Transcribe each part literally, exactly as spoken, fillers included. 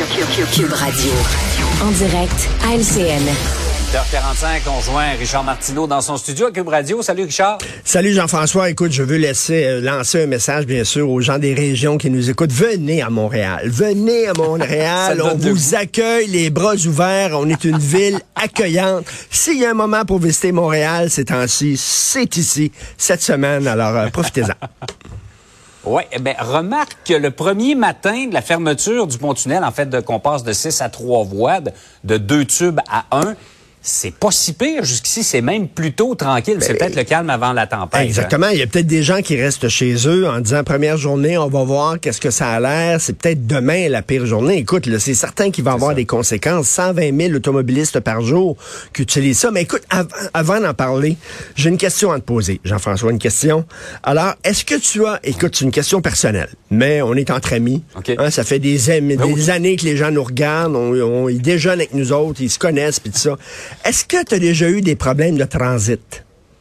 Cube Radio. En direct à L C N. huit heures quarante-cinq, on joint Richard Martineau dans son studio à Cube Radio. Salut Richard. Salut Jean-François. Écoute, je veux laisser euh, lancer un message, bien sûr, aux gens des régions qui nous écoutent. Venez à Montréal. Venez à Montréal. On vous accueille les bras ouverts. On est une ville accueillante. S'il y a un moment pour visiter Montréal ces temps-ci, c'est ici, cette semaine. Alors, euh, profitez-en. Oui, eh bien, remarque que le premier matin de la fermeture du pont-tunnel, en fait, de, qu'on passe de six à trois voies, de, de deux tubes à un, c'est pas si pire. Jusqu'ici, c'est même plutôt tranquille. Ben, c'est peut-être le calme avant la tempête. Exactement. Hein? Il y a peut-être des gens qui restent chez eux en disant, première journée, on va voir qu'est-ce que ça a l'air. C'est peut-être demain la pire journée. Écoute, là, c'est certain qu'il va y avoir ça. Des conséquences. cent vingt mille automobilistes par jour qui utilisent ça. Mais écoute, av- avant d'en parler, j'ai une question à te poser. Jean-François, une question. Alors, est-ce que tu as... Écoute, c'est une question personnelle, mais on est entre amis. Okay. Hein, ça fait des, am- ben des oui. années que les gens nous regardent. On, on, ils déjeunent avec nous autres. Ils se connaissent, puis tout ça. Est-ce que tu as déjà eu des problèmes de transit?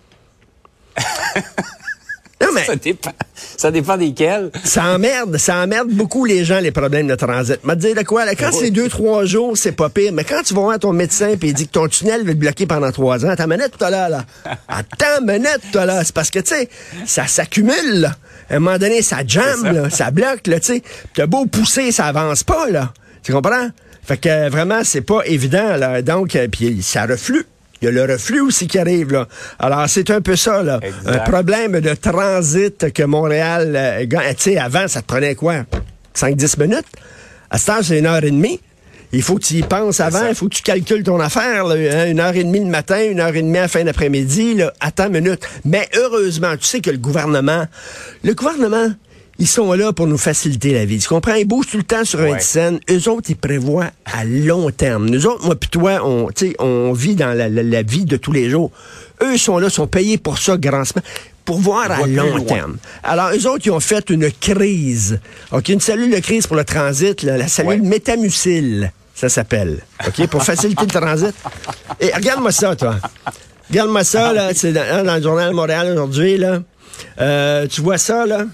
Non, mais ça dépend. Ça dépend desquels. Ça emmerde, ça emmerde beaucoup les gens, les problèmes de transit. Me dire de quoi, là, quand oui. c'est deux, trois jours, c'est pas pire. Mais quand tu vas voir ton médecin et il dit que ton tunnel va être bloqué pendant trois ans, attends une minute, toi là, là. Attends une minute, toi là. C'est parce que, tu sais, ça s'accumule, là. À un moment donné, ça jamme, ça. là. Ça bloque, là, tu sais. T'as beau pousser, ça avance pas, là. Tu comprends? Fait que euh, vraiment, c'est pas évident, là. Donc, euh, puis ça reflue. Il y a le reflux aussi qui arrive, là. Alors, c'est un peu ça, là. Exact. Un problème de transit que Montréal... Euh, tu sais, avant, ça te prenait quoi? cinq dix minutes? À ce temps, c'est une heure et demie. Il faut que tu y penses avant. Il faut que tu calcules ton affaire, là. Hein? Une heure et demie le matin, une heure et demie à la fin d'après-midi, là. Attends une minute. Mais heureusement, tu sais que le gouvernement... Le gouvernement... Ils sont là pour nous faciliter la vie. Tu comprends? Ils bougent tout le temps sur ouais. un scène. Eux autres, ils prévoient à long terme. Nous autres, moi puis toi, on, on vit dans la, la, la vie de tous les jours. Eux, ils sont là, sont payés pour ça, grassement, pour voir à long terme. Alors, eux autres, ils ont fait une crise. OK, une cellule de crise pour le transit, là, la cellule ouais. métamucil, ça s'appelle. OK, pour faciliter le transit. Et regarde-moi ça, toi. Regarde-moi ça, là. C'est dans, dans le Journal de Montréal aujourd'hui, là. Euh, tu vois ça, là?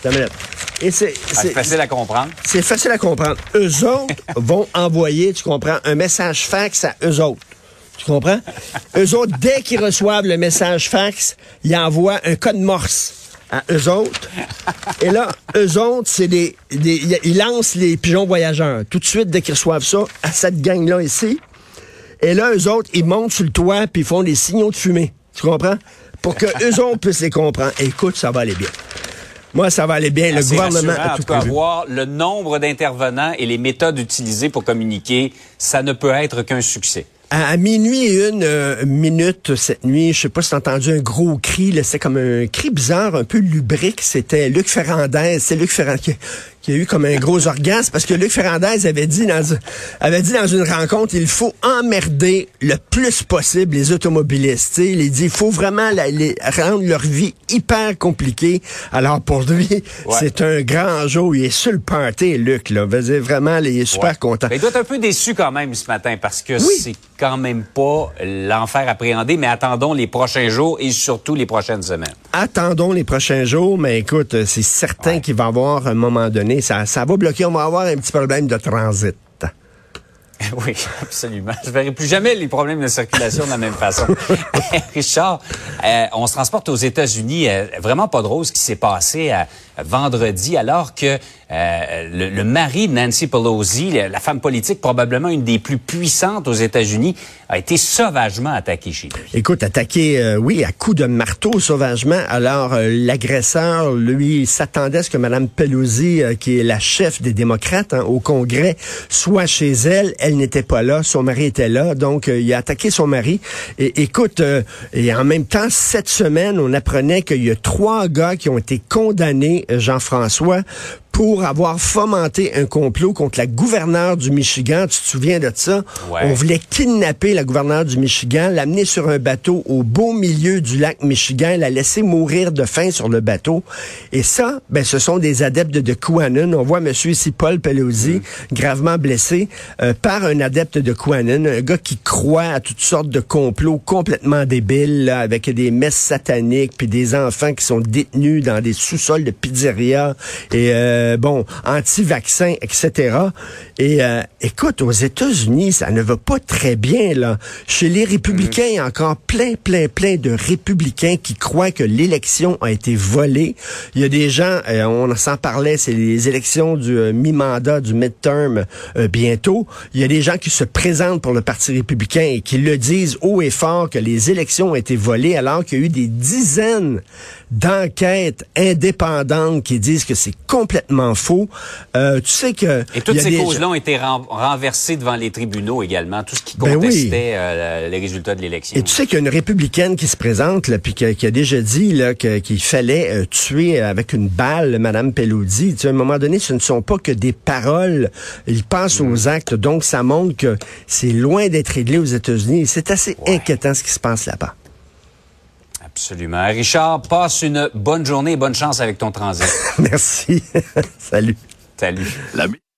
Et c'est, c'est, c'est facile à comprendre. C'est facile à comprendre. Eux autres vont envoyer, tu comprends, un message fax à eux autres. Tu comprends? Eux autres, dès qu'ils reçoivent le message fax, ils envoient un code morse à eux autres. Et là, eux autres, c'est des, des, ils lancent les pigeons voyageurs. Tout de suite, dès qu'ils reçoivent ça, à cette gang-là ici. Et là, eux autres, ils montent sur le toit puis ils font des signaux de fumée. Tu comprends? Pour que eux autres puissent les comprendre. Et écoute, ça va aller bien. Moi, ça va aller bien. Le Assez gouvernement a tout tout prévu. Avoir le nombre d'intervenants et les méthodes utilisées pour communiquer, ça ne peut être qu'un succès. À, à minuit et une euh, minute cette nuit, je sais pas si t'as entendu un gros cri, là, c'est comme un cri bizarre, un peu lubrique. C'était Luc Ferrandez, c'est Luc Ferrandez qui, qui a eu comme un gros orgasme parce que Luc Ferrandez avait dit dans avait dit dans une rencontre, il faut emmerder le plus possible les automobilistes. T'sais. Il dit, il faut vraiment la, les, rendre leur vie hyper compliquée. Alors pour lui, ouais. c'est un grand jour. Il est sur le party, Luc. Là, dire, vraiment, il est super ouais. content. Mais il doit être un peu déçu quand même ce matin parce que oui. c'est quand même pas l'enfer appréhendé, mais attendons les prochains jours et surtout les prochaines semaines. Attendons les prochains jours, mais écoute, c'est certain ouais. qu'il va y avoir un moment donné, ça, ça va bloquer, on va avoir un petit problème de transit. Oui, absolument. Je ne verrai plus jamais les problèmes de circulation de la même façon. Richard, euh, on se transporte aux États-Unis. Euh, vraiment pas drôle ce qui s'est passé euh, vendredi, alors que euh, le, le mari de Nancy Pelosi, la femme politique probablement une des plus puissantes aux États-Unis, a été sauvagement attaquée chez lui. Écoute, attaqué, euh, oui, à coups de marteau sauvagement. Alors, euh, l'agresseur, lui, s'attendait à ce que Mme Pelosi, euh, qui est la chef des démocrates hein, au Congrès, soit chez elle. Elle n'était pas là, son mari était là, donc euh, il a attaqué son mari. Et écoute, euh, et en même temps, cette semaine, on apprenait qu'il y a trois gars qui ont été condamnés, Jean-François, pour avoir fomenté un complot contre la gouverneure du Michigan. Tu te souviens de ça? Ouais. On voulait kidnapper la gouverneure du Michigan, l'amener sur un bateau au beau milieu du lac Michigan, la laisser mourir de faim sur le bateau. Et ça, ben, ce sont des adeptes de QAnon. On voit monsieur ici, Paul Pelosi, mm. gravement blessé euh, par un adepte de QAnon, un gars qui croit à toutes sortes de complots complètement débiles, là, avec des messes sataniques, puis des enfants qui sont détenus dans des sous-sols de pizzeria. Et euh, euh, bon, anti-vaccins, et cetera. Et euh, écoute, aux États-Unis, ça ne va pas très bien, là. Chez les républicains, il y a encore plein, plein, plein de républicains qui croient que l'élection a été volée. Il y a des gens, euh, on s'en parlait, c'est les élections du euh, mi-mandat, du midterm euh, bientôt. Il y a des gens qui se présentent pour le Parti républicain et qui le disent haut et fort que les élections ont été volées, alors qu'il y a eu des dizaines d'enquêtes indépendantes qui disent que c'est complètement faux. Euh, tu sais que... Et toutes ces des... causes-là ont été ren- renversées devant les tribunaux également, tout ce qui Ben contestait oui. euh, les résultats de l'élection. Et tu sais qu'il y a une républicaine qui se présente, là, puis qui, qui a déjà dit là, que, qu'il fallait euh, tuer avec une balle Mme Pelosi. Tu sais, à un moment donné, ce ne sont pas que des paroles. Ils passent mmh. aux actes. Donc, ça montre que c'est loin d'être réglé aux États-Unis. C'est assez ouais. inquiétant ce qui se passe là-bas. Absolument. Richard, passe une bonne journée et bonne chance avec ton transit. Merci. Salut. Salut. La...